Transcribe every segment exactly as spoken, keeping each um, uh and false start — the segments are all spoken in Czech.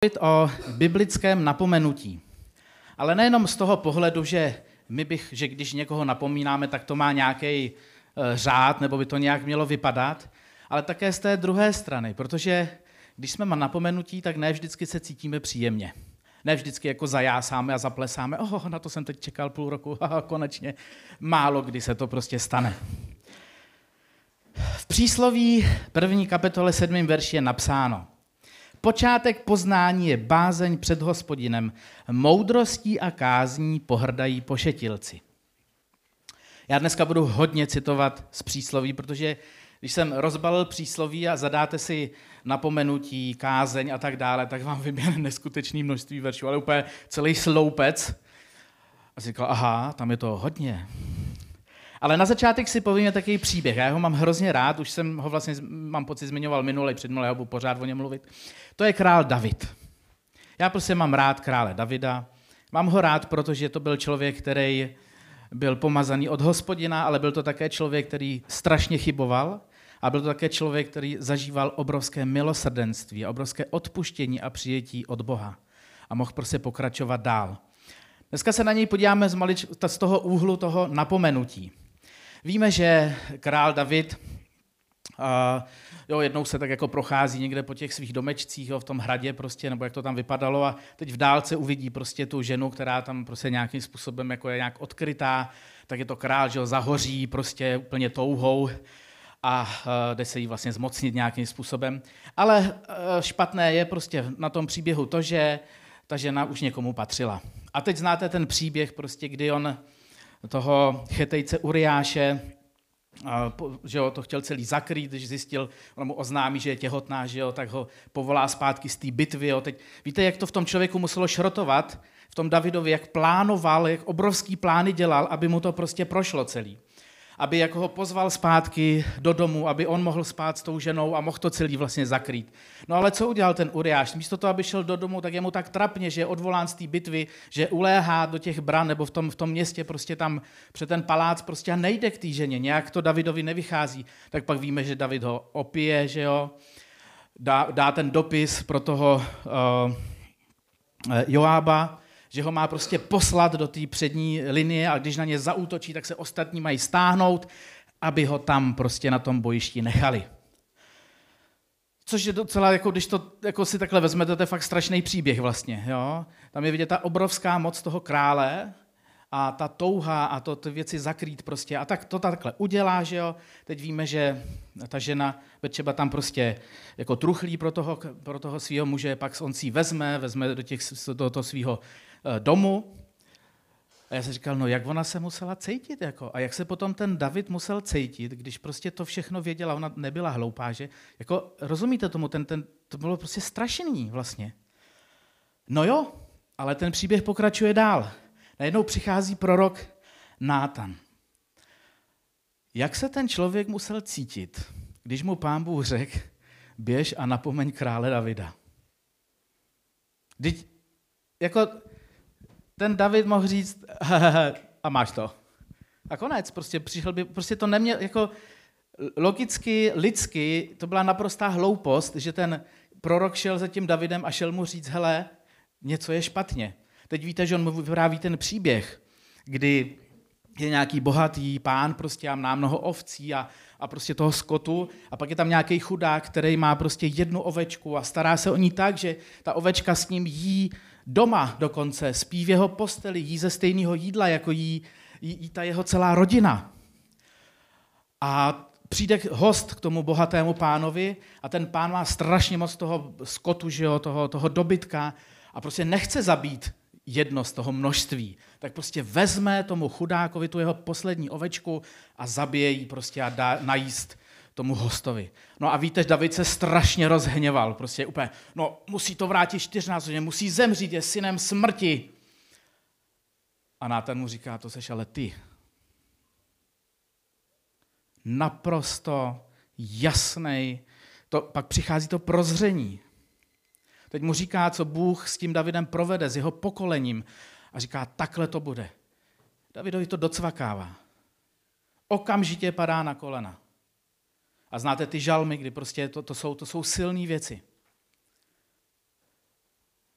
o biblickém napomenutí. Ale nejenom z toho pohledu, že my bych, že když někoho napomínáme, tak to má nějaký řád, nebo by to nějak mělo vypadat, ale také z té druhé strany, protože když jsme na napomenutí, tak ne vždycky se cítíme příjemně. Ne vždycky jako zajásáme a zaplesáme, oh, na to jsem teď čekal půl roku, a konečně málo kdy se to prostě stane. V přísloví první kapitole sedmým verši je napsáno: počátek poznání je bázeň před Hospodinem, moudrostí a kázní pohrdají pošetilci. Já dneska budu hodně citovat z přísloví, protože když jsem rozbalil přísloví a zadáte si napomenutí, kázeň a tak dále, tak vám vyběhne neskutečné množství veršů, ale úplně celý sloupec. A si říkal, aha, tam je to hodně. Ale na začátek si povíme takový příběh. Já ho mám hrozně rád, už jsem ho vlastně, mám pocit, zmiňoval minule, předminule, já budu pořád o něm mluvit. To je král David. Já prostě mám rád krále Davida. Mám ho rád, protože to byl člověk, který byl pomazaný od Hospodina, ale byl to také člověk, který strašně chyboval a byl to také člověk, který zažíval obrovské milosrdenství, obrovské odpuštění a přijetí od Boha. A mohl prostě pokračovat dál. Dneska se na něj podíváme z, malič, z toho úhlu toho napomenutí. Víme, že král David uh, jo, jednou se tak jako prochází někde po těch svých domečcích, jo, v tom hradě prostě, nebo jak to tam vypadalo, a teď v dálce uvidí prostě tu ženu, která tam prostě nějakým způsobem jako je nějak odkrytá, tak je to král, že ho zahoří prostě úplně touhou a uh, jde se jí vlastně zmocnit nějakým způsobem. Ale uh, špatné je prostě na tom příběhu to, že ta žena už někomu patřila. A teď znáte ten příběh, prostě, kdy on toho Chetejce Uriáše, že jo, to chtěl celý zakrýt, když zjistil, on mu oznámí, že je těhotná, že jo, tak ho povolá zpátky z té bitvy. Jo. Teď, víte, jak to v tom člověku muselo šrotovat, v tom Davidovi, jak plánoval, jak obrovský plány dělal, aby mu to prostě prošlo celý. Aby jako ho pozval zpátky do domu, aby on mohl spát s tou ženou a mohl to celý vlastně zakrýt. No ale co udělal ten Uriáš? Místo toho, aby šel do domu, tak je mu tak trapně, že je odvolán z té bitvy, že uléhá do těch bran nebo v tom, v tom městě prostě tam před ten palác prostě a nejde k té ženě. Nějak to Davidovi nevychází. Tak pak víme, že David ho opije, že jo, dá, dá ten dopis pro toho uh, Joába, že ho má prostě poslat do té přední linie a když na ně zaútočí, tak se ostatní mají stáhnout, aby ho tam prostě na tom bojišti nechali. Což je docela, jako když to jako si takhle vezmete, to je fakt strašný příběh vlastně. Jo? Tam je vidět ta obrovská moc toho krále a ta touha a to ty věci zakrýt prostě. A tak to takhle udělá, že jo. Teď víme, že ta žena třeba tam prostě jako truchlí pro toho, pro toho svého muže, pak on si ji vezme, vezme do, těch, do toho svého domu. A já jsem říkal, no jak ona se musela cítit, jako, a jak se potom ten David musel cítit, když prostě to všechno věděla, ona nebyla hloupá, že? Jako, rozumíte tomu, ten, ten, to bylo prostě strašný vlastně. No jo, ale ten příběh pokračuje dál. Najednou přichází prorok Nátan. Jak se ten člověk musel cítit, když mu Pán Bůh řekl, běž a napomeň krále Davida? Teď, jako ten David mohl říct, a máš to. A konec, prostě přišel by, prostě to neměl, jako logicky, lidsky, to byla naprostá hloupost, že ten prorok šel za tím Davidem a šel mu říct, hele, něco je špatně. Teď víte, že on mu vypráví ten příběh, kdy je nějaký bohatý pán, prostě a má mnoho ovcí a, a prostě toho skotu a pak je tam nějaký chudák, který má prostě jednu ovečku a stará se o ní tak, že ta ovečka s ním jí doma dokonce, spí v jeho posteli, jí ze stejného jídla, jako jí, jí, jí ta jeho celá rodina. A přijde host k tomu bohatému pánovi a ten pán má strašně moc toho skotu, že jo, toho, toho dobytka a prostě nechce zabít jedno z toho množství. Tak prostě vezme tomu chudákovi tu jeho poslední ovečku a zabije ji prostě a dá najíst tomu hostovi. No a víte, David se strašně rozhněval, prostě úplně, no musí to vrátit čtyřnásobně, musí zemřít, je synem smrti. A Nátan mu říká, to seš ale ty. Naprosto jasnej, to, pak přichází to prozření. Teď mu říká, co Bůh s tím Davidem provede, s jeho pokolením. A říká, takhle to bude. Davidovi to docvakává. Okamžitě padá na kolena. A znáte ty žalmy, kdy prostě to, to jsou, to jsou silné věci.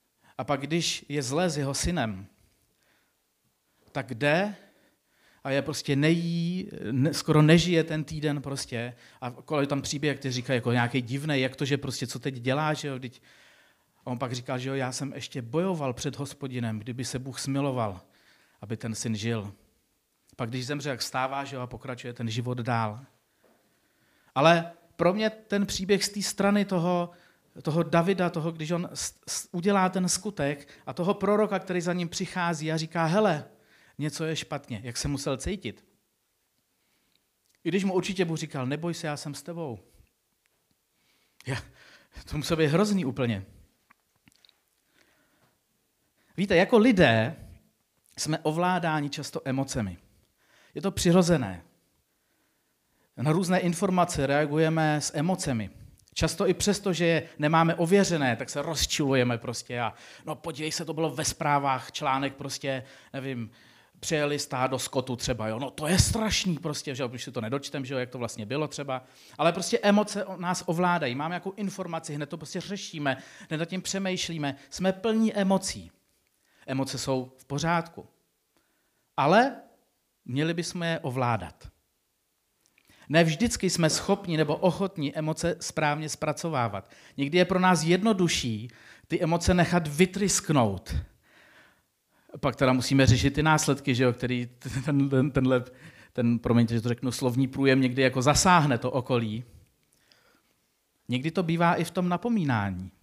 A pak, když je zlé s jeho synem, tak jde a je prostě nejí, ne, skoro nežije ten týden prostě. A kolem tam příběh, který říká jako nějaký divný, jak to, že prostě co teď dělá, že jo, vždyť. A on pak říkal, že jo, já jsem ještě bojoval před Hospodinem, kdyby se Bůh smiloval, aby ten syn žil. Pak když zemře, jak vstává, že jo, a pokračuje ten život dál. Ale pro mě ten příběh z té strany toho, toho Davida, toho, když on udělá ten skutek a toho proroka, který za ním přichází a říká, hele, něco je špatně, jak se musel cítit. I když mu určitě Bůh říkal, neboj se, já jsem s tebou. Já, to muselo být hrozný úplně. Víte, jako lidé jsme ovládáni často emocemi. Je to přirozené. Na různé informace reagujeme s emocemi. Často i přesto, že je nemáme ověřené, tak se rozčilujeme prostě a no podívej se, to bylo ve zprávách článek prostě, nevím, přijeli stádo skotu třeba, jo, no to je strašný prostě, že jo, když si to nedočtem, že jo, jak to vlastně bylo třeba, ale prostě emoce nás ovládají, máme nějakou informaci, hned to prostě řešíme, hned nad tím přemýšlíme, jsme plní emocí. Emoce jsou v pořádku, ale měli bychom je ovládat. Ne vždycky jsme schopni nebo ochotní emoce správně zpracovávat. Někdy je pro nás jednodušší ty emoce nechat vytrysknout. Pak teda musíme řešit ty následky, že jo, který ten, ten, tenhle, ten, promiňte, že to řeknu, slovní průjem někdy jako zasáhne to okolí. Někdy to bývá i v tom napomínání.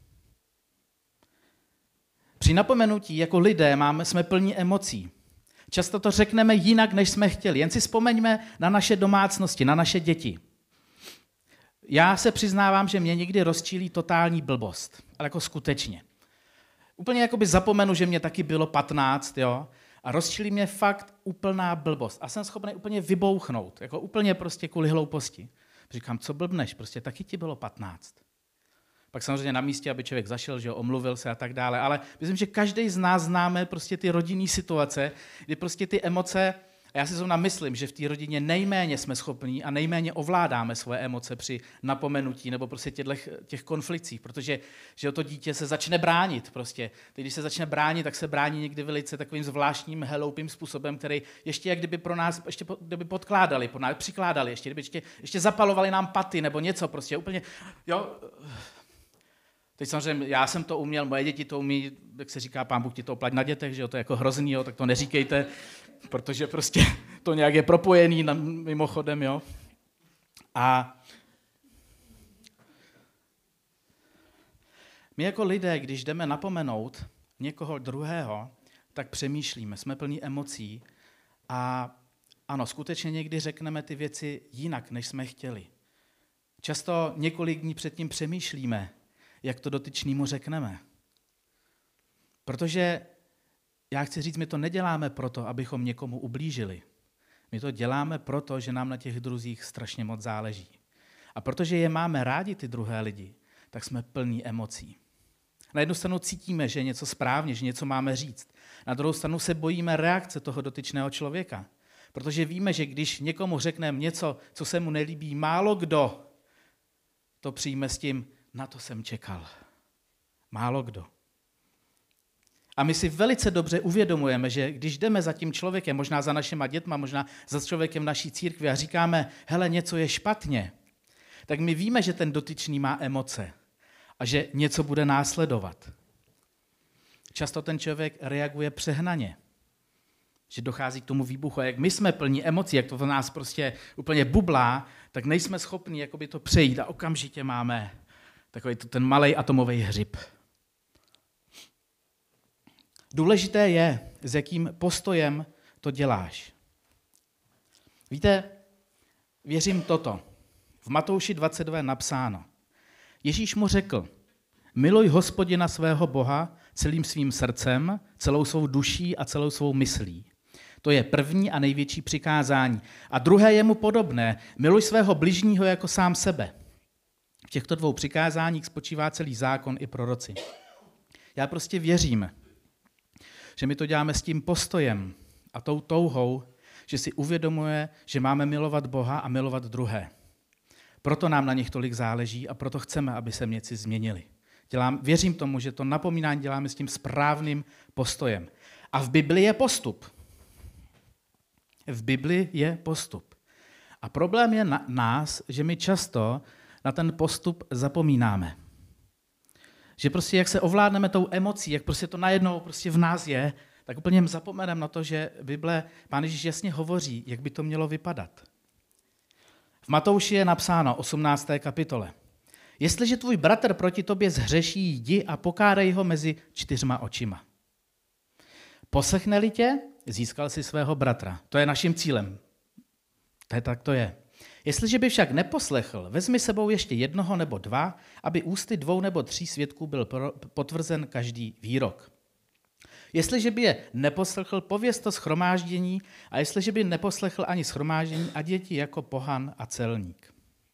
Při napomenutí jako lidé máme, jsme plní emocí. Často to řekneme jinak, než jsme chtěli. Jen si vzpomeňme na naše domácnosti, na naše děti. Já se přiznávám, že mě někdy rozčílí totální blbost, ale jako skutečně. Úplně jakoby zapomenu, že mě taky bylo patnáct, jo, a rozčílí mě fakt úplná blbost. A jsem schopný úplně vybouchnout, jako úplně prostě kvůli hlouposti. Říkám, co blbneš, prostě taky ti bylo patnáct. Pak samozřejmě na místě, aby člověk zašel, že jo, omluvil se a tak dále, ale myslím, že každý z nás známe prostě ty rodinné situace, kdy prostě ty emoce, a já si zrovna myslím, že v té rodině nejméně jsme schopní a nejméně ovládáme svoje emoce při napomenutí nebo prostě těch, těch konflikcích, protože že to dítě se začne bránit prostě. Teď, když se začne bránit, tak se brání někdy velice takovým zvláštním hloupým způsobem, který ještě jak kdyby pro nás, ještě kdyby podkládali, pro nás přikládali, ještě kdyby ještě, ještě zapalovali nám paty nebo něco prostě úplně, jo. Teď samozřejmě, já jsem to uměl, moje děti to umí, jak se říká, Pán Bůh ti to oplať na dětech, že jo, to je jako hrozný, jo, tak to neříkejte, protože prostě to nějak je propojený na, mimochodem, jo. A my jako lidé, když jdeme napomenout někoho druhého, tak přemýšlíme, jsme plní emocí a ano, skutečně někdy řekneme ty věci jinak, než jsme chtěli. Často několik dní předtím přemýšlíme, jak to dotyčnému řekneme. Protože, já chci říct, my to neděláme proto, abychom někomu ublížili. My to děláme proto, že nám na těch druzích strašně moc záleží. A protože je máme rádi, ty druhé lidi, tak jsme plní emocí. Na jednu stranu cítíme, že je něco správně, že něco máme říct. Na druhou stranu se bojíme reakce toho dotyčného člověka. Protože víme, že když někomu řekneme něco, co se mu nelíbí, málo kdo to přijme s tím, na to jsem čekal. Málo kdo. A my si velice dobře uvědomujeme, že když jdeme za tím člověkem, možná za našima dětma, možná za člověkem naší církve a říkáme, hele, něco je špatně, tak my víme, že ten dotyčný má emoce a že něco bude následovat. Často ten člověk reaguje přehnaně, že dochází k tomu výbuchu. A jak my jsme plní emocí, jak to v nás prostě úplně bublá, tak nejsme schopni jakoby to přejít a okamžitě máme takový ten malej atomový hřib. Důležité je, s jakým postojem to děláš. Víte, věřím toto. V Matouši dvacet dva je napsáno. Ježíš mu řekl, miluj Hospodina svého Boha celým svým srdcem, celou svou duší a celou svou myslí. To je první a největší přikázání. A druhé je mu podobné, miluj svého bližního jako sám sebe. V těchto dvou přikázáních spočívá celý zákon i proroci. Já prostě věřím, že my to děláme s tím postojem a tou touhou, že si uvědomuje, že máme milovat Boha a milovat druhé. Proto nám na nich tolik záleží a proto chceme, aby se věci změnily. Dělám, věřím tomu, že to napomínání děláme s tím správným postojem. A v Bibli je postup. V Bibli je postup. A problém je na nás, že my často na ten postup zapomínáme. Že prostě jak se ovládneme tou emocí, jak prostě to najednou prostě v nás je, tak úplně zapomeneme na to, že Bible, Pán Ježíš jasně hovoří, jak by to mělo vypadat. V Matouši je napsáno, osmnácté kapitole. Jestliže tvůj bratr proti tobě zhřeší, jdi a pokárej ho mezi čtyřma očima. Poslechne-li tě, získal si svého bratra. To je naším cílem. To je tak to je. Jestliže by však neposlechl, vezmi sebou ještě jednoho nebo dva, aby ústy dvou nebo tří svědků byl potvrzen každý výrok. Jestliže by je neposlechl, pověz to shromáždění, a jestliže by neposlechl ani shromáždění, ať je ti jako pohan a celník.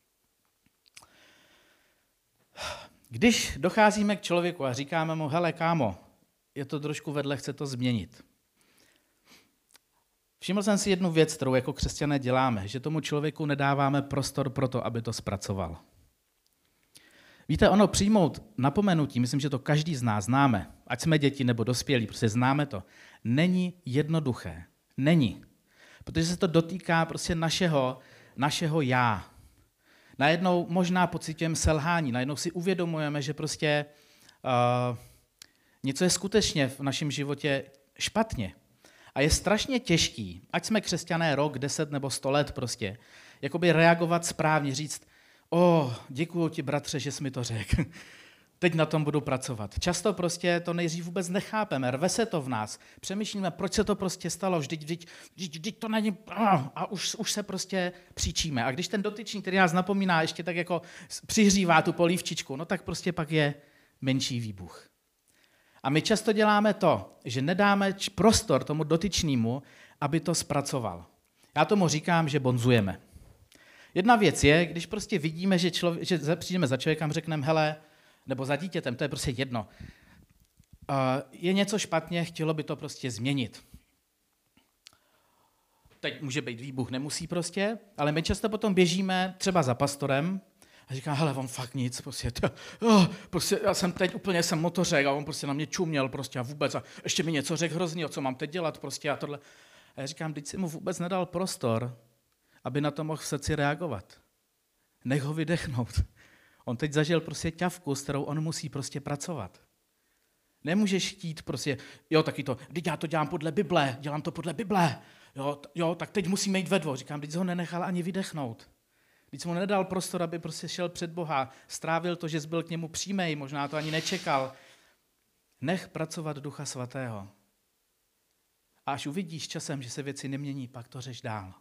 Když docházíme k člověku a říkáme mu, hele kámo, je to trošku vedle, chce to změnit. Všiml jsem si jednu věc, kterou jako křesťané děláme, že tomu člověku nedáváme prostor pro to, aby to zpracoval. Víte, ono přijmout napomenutí, myslím, že to každý z nás známe, ať jsme děti nebo dospělí, prostě známe to, není jednoduché. Není. Protože se to dotýká prostě našeho, našeho já. Najednou možná pocitujeme selhání, najednou si uvědomujeme, že prostě uh, něco je skutečně v našem životě špatně. A je strašně těžký, ať jsme křesťané rok, deset nebo sto let prostě, jakoby reagovat správně, říct, o, oh, děkuju ti, bratře, že jsi mi to řekl. Teď na tom budu pracovat. Často prostě to nejdřív vůbec nechápeme, rve se to v nás. Přemýšlíme, proč se to prostě stalo, vždyť, vždyť, vždyť, vždyť to není, a už, už se prostě příčíme. A když ten dotyčný, který nás napomíná, ještě tak jako přihřívá tu polívčičku, no tak prostě pak je menší výbuch. A my často děláme to, že nedáme prostor tomu dotyčnému, aby to zpracoval. Já tomu říkám, že bonzujeme. Jedna věc je, když prostě vidíme, že, člověk, že přijdeme za člověkem a řekneme, hele, nebo za dítětem, to je prostě jedno. Je něco špatně, chtělo by to prostě změnit. Teď může být výbuch, nemusí prostě, ale my často potom běžíme třeba za pastorem a říká, hele, on fakt nic, prostě, to, oh, prostě já jsem teď úplně jsem mu to řekl a on prostě na mě čuměl prostě a vůbec a ještě mi něco řekl hrozného, co mám teď dělat prostě a tohle. A já říkám, teď si mu vůbec nedal prostor, aby na to mohl v srdci reagovat. Nech ho vydechnout. On teď zažil prostě ťavku, s kterou on musí prostě pracovat. Nemůžeš chtít prostě, jo, taky to, teď já to dělám podle Bible, dělám to podle Bible, jo, t- jo tak teď musíme jít ve dvou. Říkám, teď ho nenechal ani vydechnout. Teď jsem mu nedal prostor, aby prostě šel před Boha, strávil to, že jsi byl k němu přímej, možná to ani nečekal. Nech pracovat Ducha Svatého. A až uvidíš časem, že se věci nemění, pak to řeš dál.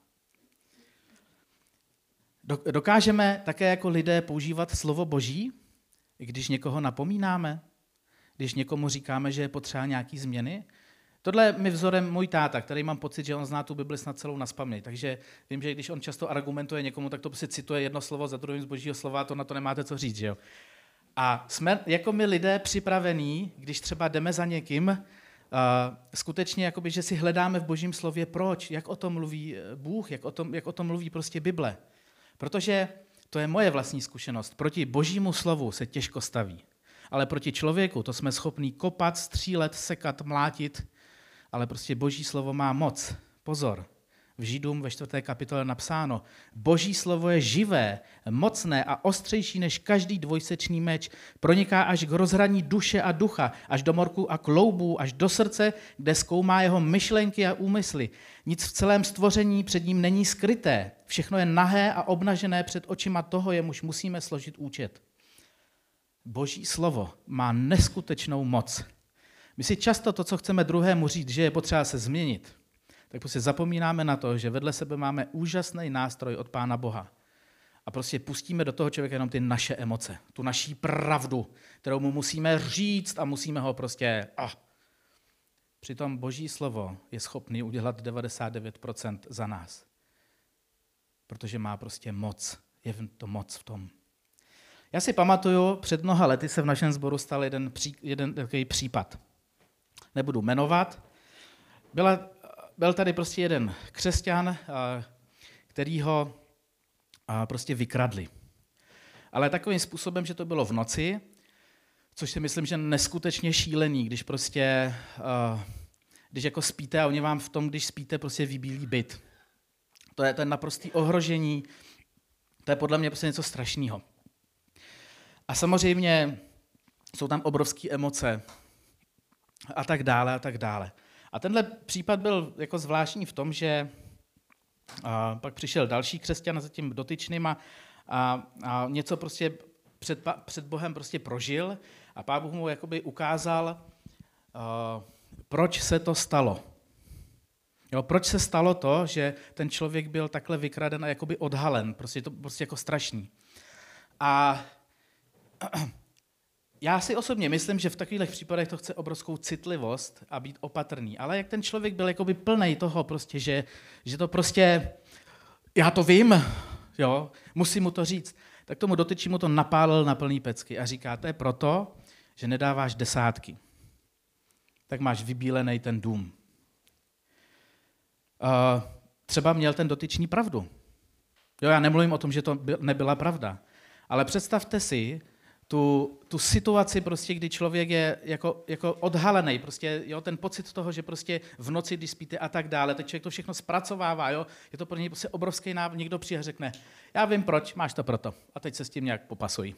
Dokážeme také jako lidé používat slovo Boží, když někoho napomínáme, když někomu říkáme, že je potřeba nějaký změny. Tohle mi vzorem můj táta, který mám pocit, že on zná tu Bibli snad celou nazpaměť. Takže vím, že když on často argumentuje někomu, tak to prostě cituje jedno slovo za druhým z Božího slova, to na to nemáte co říct, že jo. A jsme jako my lidé připravení, když třeba jdeme za někým, uh, skutečně jakoby, že si hledáme v Božím slově proč, jak o tom mluví Bůh, jak o tom, jak o tom mluví prostě Bible. Protože to je moje vlastní zkušenost. Proti Božímu slovu se těžko staví. Ale proti člověku to jsme schopní kopat, střílet, sekat, mlátit. Ale prostě Boží slovo má moc. Pozor. V Židům ve čtvrté kapitole napsáno, Boží slovo je živé, mocné a ostřejší než každý dvojsečný meč. Proniká až k rozhraní duše a ducha, až do morku a kloubů, až do srdce, kde zkoumá jeho myšlenky a úmysly. Nic v celém stvoření před ním není skryté. Všechno je nahé a obnažené před očima toho, jemuž musíme složit účet. Boží slovo má neskutečnou moc. My si často to, co chceme druhému říct, že je potřeba se změnit, tak prostě zapomínáme na to, že vedle sebe máme úžasný nástroj od Pána Boha. A prostě pustíme do toho člověka jenom ty naše emoce, tu naší pravdu, kterou mu musíme říct a musíme ho prostě... Oh. Přitom Boží slovo je schopný udělat devadesát devět procent za nás. Protože má prostě moc. Je to moc v tom. Já si pamatuju, před mnoha lety se v našem sboru stal jeden, pří, jeden takový případ. Nebudu jmenovat. Byla, byl tady prostě jeden křesťan, který ho prostě vykradli. Ale takovým způsobem, že to bylo v noci, Což si myslím, že neskutečně šílený, když prostě, uh, když jako spíte a oni vám v tom, když spíte, prostě vybílí byt. To je ten naprostý ohrožení, to je podle mě prostě něco strašného. A samozřejmě jsou tam obrovské emoce a tak dále a tak dále. A tenhle případ byl jako zvláštní v tom, že a pak přišel další křesťan za tím dotyčným a, a, a něco prostě před, před Bohem prostě prožil a Pán Bůh mu jakoby ukázal, uh, proč se to stalo. Jo, proč se stalo to, že ten člověk byl takhle vykraden a jakoby odhalen. Prostě je to prostě jako strašný. A já si osobně myslím, že v takových případech to chce obrovskou citlivost a být opatrný. Ale jak ten člověk byl jakoby plnej toho, prostě, že, že to prostě, já to vím, jo, musím mu to říct, tak tomu dotyčímu to napálil na plný pecky a říká, to je proto, že nedáváš desátky. Tak máš vybílený ten dům. Uh, třeba měl ten dotyčný pravdu. Jo, já nemluvím o tom, že to nebyla pravda. Ale představte si tu, tu situaci, prostě, kdy člověk je jako, jako odhalený, prostě, jo, ten pocit toho, že prostě v noci, když spíte a tak dále, teď člověk to všechno zpracovává, jo, je to pro něj prostě obrovský návod, někdo přijde a řekne, já vím proč, máš to proto. A teď se s tím nějak popasuj.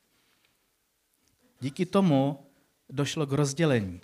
Díky tomu došlo k rozdělení.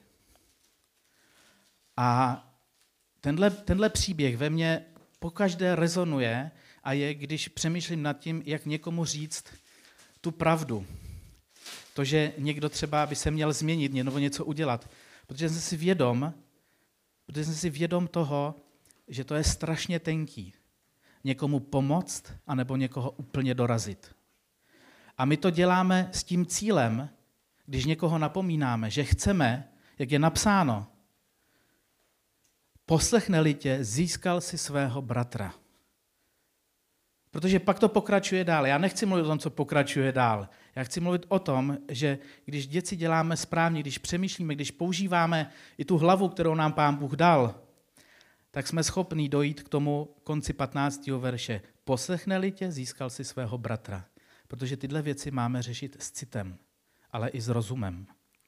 A tenhle, tenhle příběh ve mně pokaždé rezonuje a je, když přemýšlím nad tím, jak někomu říct tu pravdu. To, že někdo třeba by se měl změnit nebo něco udělat. Protože jsem si vědom, protože jsem si vědom toho, že to je strašně tenký. Někomu pomoct, anebo někoho úplně dorazit. A my to děláme s tím cílem, když někoho napomínáme, že chceme, jak je napsáno, poslechne-li tě, získal si svého bratra. Protože pak to pokračuje dál. Já nechci mluvit o tom, co pokračuje dál. Já chci mluvit o tom, že když věci děláme správně, když přemýšlíme, když používáme i tu hlavu, kterou nám Pán Bůh dal, tak jsme schopní dojít k tomu konci patnáctého verše. Poslechne-li tě, získal si svého bratra. Protože tyhle věci máme řešit s citem, ale i s rozumem.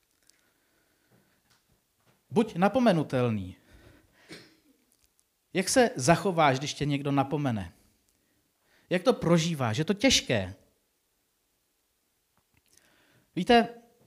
Buď napomenutelný. Jak se zachováš, když tě někdo napomene? Jak to prožíváš? Je to těžké. Víte,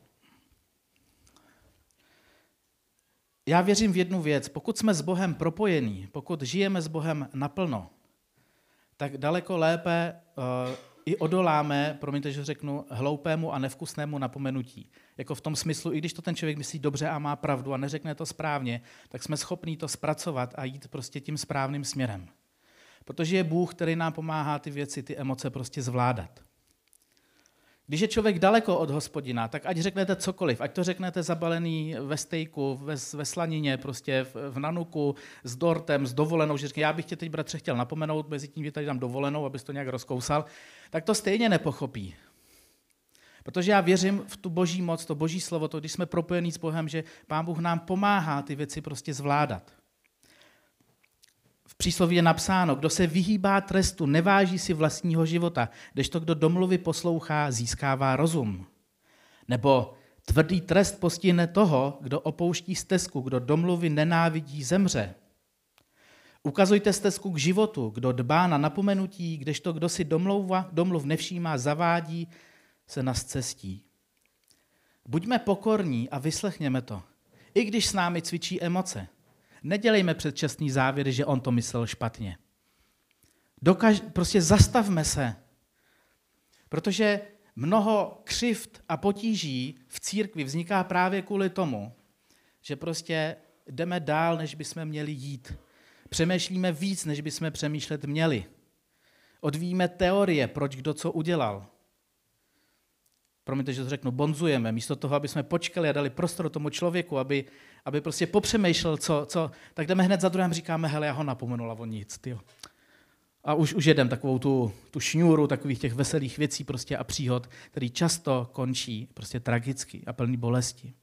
já věřím v jednu věc. Pokud jsme s Bohem propojení, pokud žijeme s Bohem naplno, tak daleko lépe uh, i odoláme, promiňte, že řeknu, hloupému a nevkusnému napomenutí. Jako v tom smyslu, i když to ten člověk myslí dobře a má pravdu a neřekne to správně, tak jsme schopní to zpracovat a jít prostě tím správným směrem. Protože je Bůh, který nám pomáhá ty věci, ty emoce prostě zvládat. Když je člověk daleko od Hospodina, tak ať řeknete cokoliv, ať to řeknete zabalený ve stejku, ve, ve slanině, prostě v, v nanuku, s dortem, s dovolenou, že řekne, já bych tě teď, bratře, chtěl napomenout, mezi tím, že tady dám dovolenou, abys to nějak rozkousal, tak to stejně nepochopí. Protože já věřím v tu boží moc, to boží slovo, to, když jsme propojení s Bohem, že Pán Bůh nám pomáhá ty věci prostě zvládat. V přísloví je napsáno, kdo se vyhýbá trestu, neváží si vlastního života, kdežto kdo domluvy poslouchá, získává rozum. Nebo tvrdý trest postihne toho, kdo opouští stezku, kdo domluvy nenávidí, zemře. Ukazujte stezku k životu, kdo dbá na napomenutí, kdežto kdo si domluva, domluv nevšímá, zavádí, se na scestí. Buďme pokorní a vyslechněme to, i když s námi cvičí emoce. Nedělejme předčasný závěry, že on to myslel špatně. Dokaž, prostě zastavme se, protože mnoho křivd a potíží v církvi vzniká právě kvůli tomu, že prostě jdeme dál, než bychom měli jít. Přemýšlíme víc, než bychom přemýšlet měli. Odvíjíme teorie, proč kdo co udělal. Promiňte, že to řeknu, bonzujeme, místo toho, aby jsme počkali a dali prostor tomu člověku, aby, aby prostě popřemýšlel, co, co, tak jdeme hned za druhém, říkáme, hele, já ho napomenul a on nic, tyjo. A už, už jedem takovou tu, tu šňůru takových těch veselých věcí prostě a příhod, který často končí prostě tragicky a plný bolesti.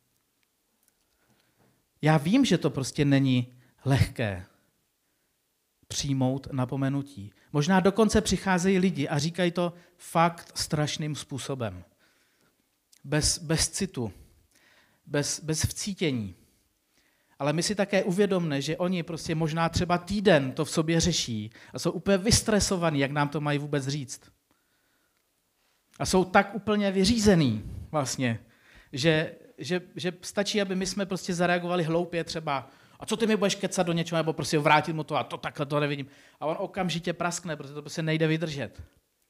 Já vím, že to prostě není lehké přijmout napomenutí. Možná dokonce přicházejí lidi a říkají to fakt strašným způsobem. bez, bez citu, bez, bez vcítění. Ale my si také uvědomíme, že oni prostě možná třeba týden to v sobě řeší a jsou úplně vystresovaní, jak nám to mají vůbec říct. A jsou tak úplně vyřízený vlastně, že, že, že stačí, aby my jsme prostě zareagovali hloupě třeba, a co ty mi budeš kecat do něčeho, nebo prostě vrátit mu to a to takhle to nevidím. A on okamžitě praskne, protože to prostě nejde vydržet.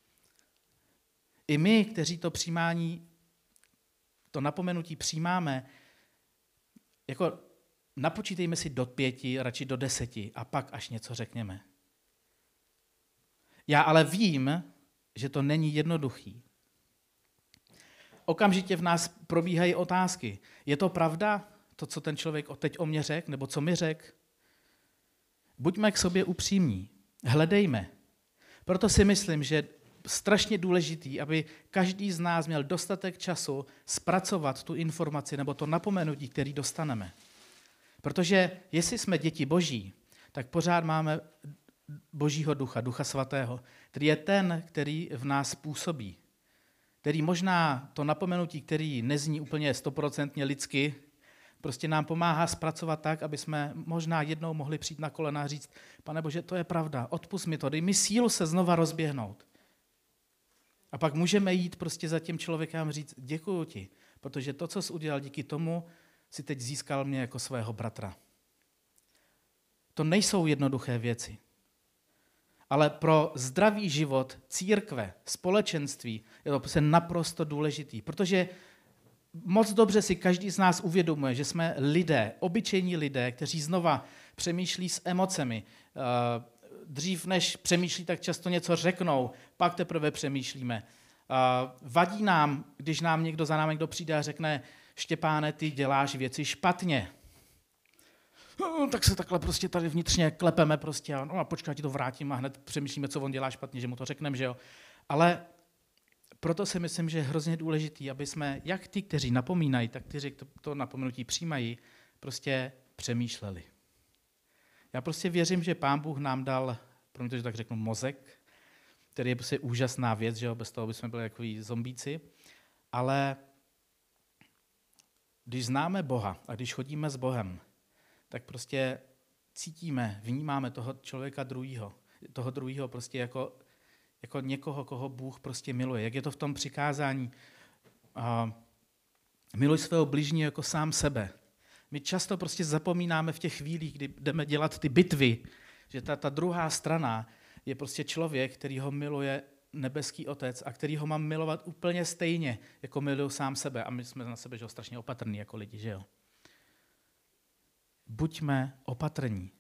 I my, kteří to přijímání, to napomenutí přijímáme, jako napočítejme si do pěti, radši do deseti a pak až něco řekněme. Já ale vím, že to není jednoduchý. Okamžitě v nás probíhají otázky. Je to pravda, to, co ten člověk teď o mě řekl, nebo co mi řekl? Buďme k sobě upřímní, hledejme. Proto si myslím, že strašně důležitý, aby každý z nás měl dostatek času zpracovat tu informaci nebo to napomenutí, který dostaneme. Protože jestli jsme děti Boží, tak pořád máme Božího ducha, Ducha Svatého, který je ten, který v nás působí. Který možná to napomenutí, který nezní úplně stoprocentně lidsky, prostě nám pomáhá zpracovat tak, aby jsme možná jednou mohli přijít na kolena a říct, Pane Bože, to je pravda, odpusť mi to, dej mi sílu se znova rozběhnout. A pak můžeme jít prostě za tím člověkem a říct, děkuju ti, protože to, co jsi udělal, díky tomu si teď získal mě jako svého bratra. To nejsou jednoduché věci. Ale pro zdravý život církve, společenství je to prostě naprosto důležitý, protože moc dobře si každý z nás uvědomuje, že jsme lidé, obyčejní lidé, kteří znova přemýšlí s emocemi. Dřív než přemýšlí, tak často něco řeknou, pak teprve přemýšlíme. Vadí nám, když nám někdo za námi někdo přijde a řekne, Štěpáne, ty děláš věci špatně. No, tak se takhle prostě tady vnitřně klepeme prostě a, no, a počkej, ti to vrátím a hned přemýšlíme, co on dělá špatně, že mu to řekneme, že jo. Ale proto si myslím, že je hrozně důležitý, aby jsme, jak ty, kteří napomínají, tak kteří to, to napomenutí přijímají, prostě přemýšleli. Já prostě věřím, že Pán Bůh nám dal, pro mě to, že tak řeknu, mozek, který je prostě úžasná věc, že jo, bez toho bychom byli takový zombíci, ale když známe Boha a když chodíme s Bohem, tak prostě cítíme, vnímáme toho člověka druhýho, toho druhýho prostě jako, jako někoho, koho Bůh prostě miluje. Jak je to v tom přikázání? Uh, miluj svého bližního jako sám sebe. My často prostě zapomínáme v těch chvílích, kdy jdeme dělat ty bitvy, že ta, ta druhá strana je prostě člověk, který ho miluje nebeský Otec a který ho mám milovat úplně stejně, jako miluju sám sebe. A my jsme na sebe že jo, strašně opatrní jako lidi, že jo. Buďme opatrní.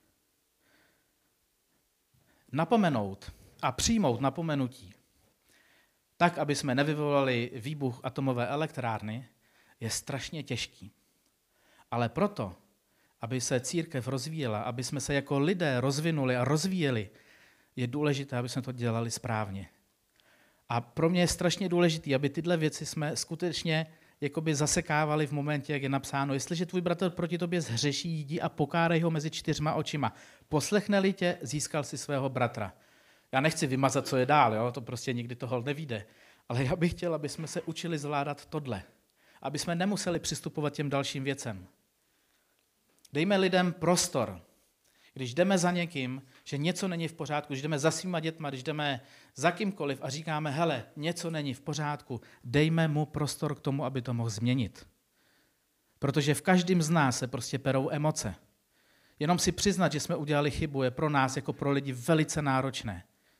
Napomenout a přijmout napomenutí tak, aby jsme nevyvolali výbuch atomové elektrárny, je strašně těžký. Ale proto, aby se církev rozvíjela, aby jsme se jako lidé rozvinuli a rozvíjeli, je důležité, aby jsme to dělali správně. A pro mě je strašně důležité, aby tyhle věci jsme skutečně jakoby zasekávali v momentě, jak je napsáno, jestliže tvůj bratr proti tobě zhřeší, jdi a pokárej ho mezi čtyřma očima. Poslechne-li tě, získal si svého bratra. Já nechci vymazat, co je dál, jo? To prostě nikdy toho nevyjde. Ale já bych chtěl, aby jsme se učili zvládat tohle. Aby jsme nemuseli přistupovat těm dalším věcem. Dejme lidem prostor. Když jdeme za někým, že něco není v pořádku, když jdeme za svýma dětma, když jdeme za kýmkoliv a říkáme, hele, něco není v pořádku, dejme mu prostor k tomu, aby to mohl změnit. Protože v každém z nás se prostě perou emoce. Jenom si přiznat, že jsme udělali chybu, je pro nás jako pro lidi velice náročné.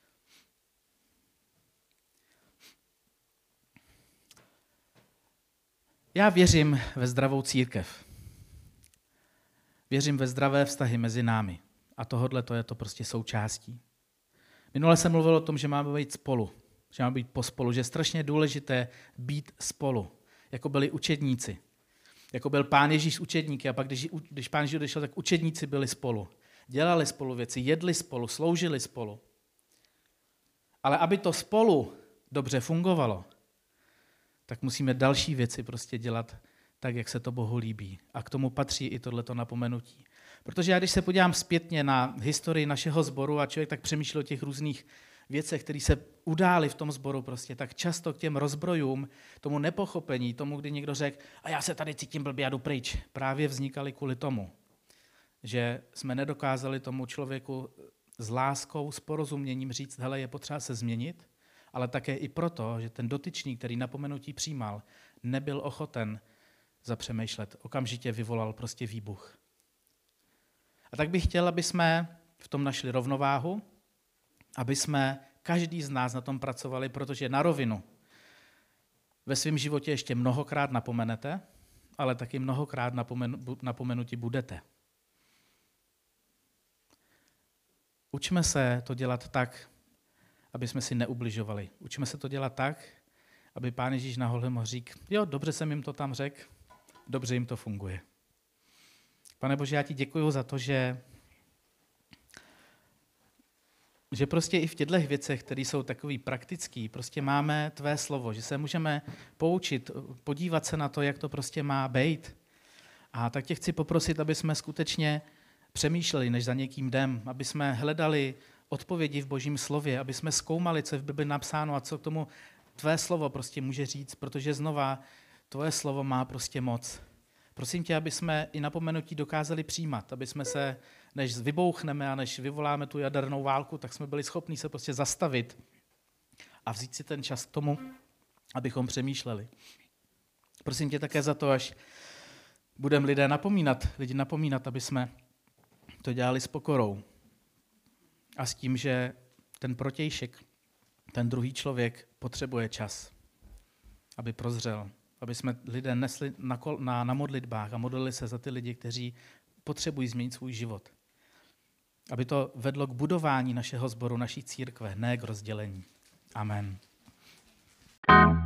Já věřím ve zdravou církev. Věřím ve zdravé vztahy mezi námi. A tohodle to je to prostě součástí. Minule jsem mluvil o tom, že máme být spolu. Že máme být pospolu. Že je strašně důležité být spolu. Jako byli učedníci. Jako byl Pán Ježíš s učedníky. A pak, když, když Pán Ježíš odešel, tak učedníci byli spolu. Dělali spolu věci, jedli spolu, sloužili spolu. Ale aby to spolu dobře fungovalo, tak musíme další věci prostě dělat tak, jak se to Bohu líbí. A k tomu patří i tohleto napomenutí. Protože já, když se podívám zpětně na historii našeho sboru a člověk tak přemýšlí o těch různých věcech, které se udály v tom sboru prostě, tak často k těm rozbrojům, tomu nepochopení, tomu, kdy někdo řekl, a já se tady cítím blbě, já jdu pryč, právě vznikaly kvůli tomu, že jsme nedokázali tomu člověku s láskou, s porozuměním říct, hele, je potřeba se změnit, ale také i proto, že ten dotyčný, který napomenutí přijímal, nebyl ochoten zapřemýšlet. Okamžitě vyvolal prostě výbuch. A tak bych chtěl, aby jsme v tom našli rovnováhu, aby jsme každý z nás na tom pracovali, protože na rovinu ve svém životě ještě mnohokrát napomenete, ale taky mnohokrát napomenu, napomenuti budete. Učme se to dělat tak, aby jsme si neubližovali. Učme se to dělat tak, aby Pán Ježíš na holém řík, jo, dobře jsem jim to tam řekl, dobře jim to funguje. Pane Bože, já ti děkuju za to, že, že prostě i v těchto věcech, které jsou takový praktický, prostě máme tvé slovo, že se můžeme poučit, podívat se na to, jak to prostě má být. A tak tě chci poprosit, aby jsme skutečně přemýšleli, než za někým jdem, aby jsme hledali odpovědi v Božím slově, aby jsme zkoumali, co je v Bibli napsáno a co k tomu tvé slovo prostě může říct, protože znova tvoje slovo má prostě moc. Prosím tě, aby jsme i napomenutí dokázali přijímat, aby jsme se, než vybouchneme a než vyvoláme tu jadernou válku, tak jsme byli schopni se prostě zastavit a vzít si ten čas k tomu, abychom přemýšleli. Prosím tě také za to, až budeme lidé napomínat, lidi napomínat, aby jsme to dělali s pokorou a s tím, že ten protějšek, ten druhý člověk potřebuje čas, aby prozřel, aby jsme lidé nesli na, kol, na, na modlitbách a modlili se za ty lidi, kteří potřebují změnit svůj život. Aby to vedlo k budování našeho sboru, naší církve, ne k rozdělení. Amen.